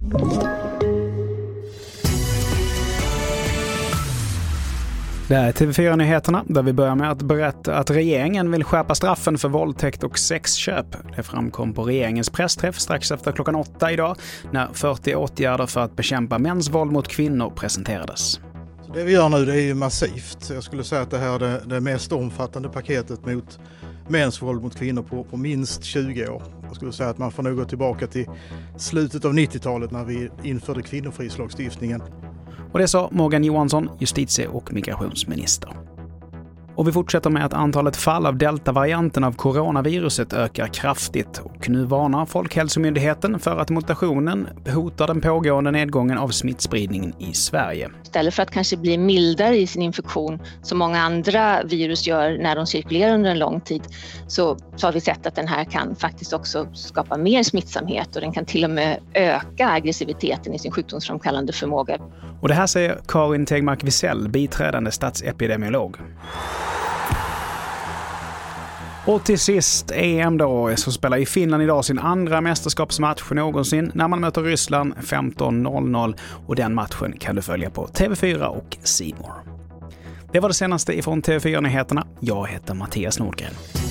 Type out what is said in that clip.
Det här är TV4-nyheterna där vi börjar med att berätta att regeringen vill skärpa straffen för våldtäkt och sexköp. Det framkom på regeringens pressträff strax efter 8:00 idag när 40 åtgärder för att bekämpa mäns våld mot kvinnor presenterades. Så det vi gör nu, det är ju massivt. Jag skulle säga att det här är det mest omfattande paketet mot mäns våld mot kvinnor på minst 20 år. Jag skulle säga att man får nog gå tillbaka till slutet av 90-talet när vi införde kvinnofridslagstiftningen. Och det sa Morgan Johansson, justitie- och migrationsminister. Och vi fortsätter med att antalet fall av deltavarianten av coronaviruset ökar kraftigt. Och nu varnar Folkhälsomyndigheten för att mutationen hotar den pågående nedgången av smittspridningen i Sverige. Istället för att kanske bli mildare i sin infektion som många andra virus gör när de cirkulerar under en lång tid, så har vi sett att den här kan faktiskt också skapa mer smittsamhet och den kan till och med öka aggressiviteten i sin sjukdomsframkallande förmåga. Och det här säger Karin Tegmark Wisell, biträdande statsepidemiolog. Och till sist EM då, så spelar ju Finland idag sin andra mästerskapsmatch någonsin när man möter Ryssland 15:00 och den matchen kan du följa på TV4 och C More. Det var det senaste ifrån TV4-nyheterna. Jag heter Mattias Nordgren.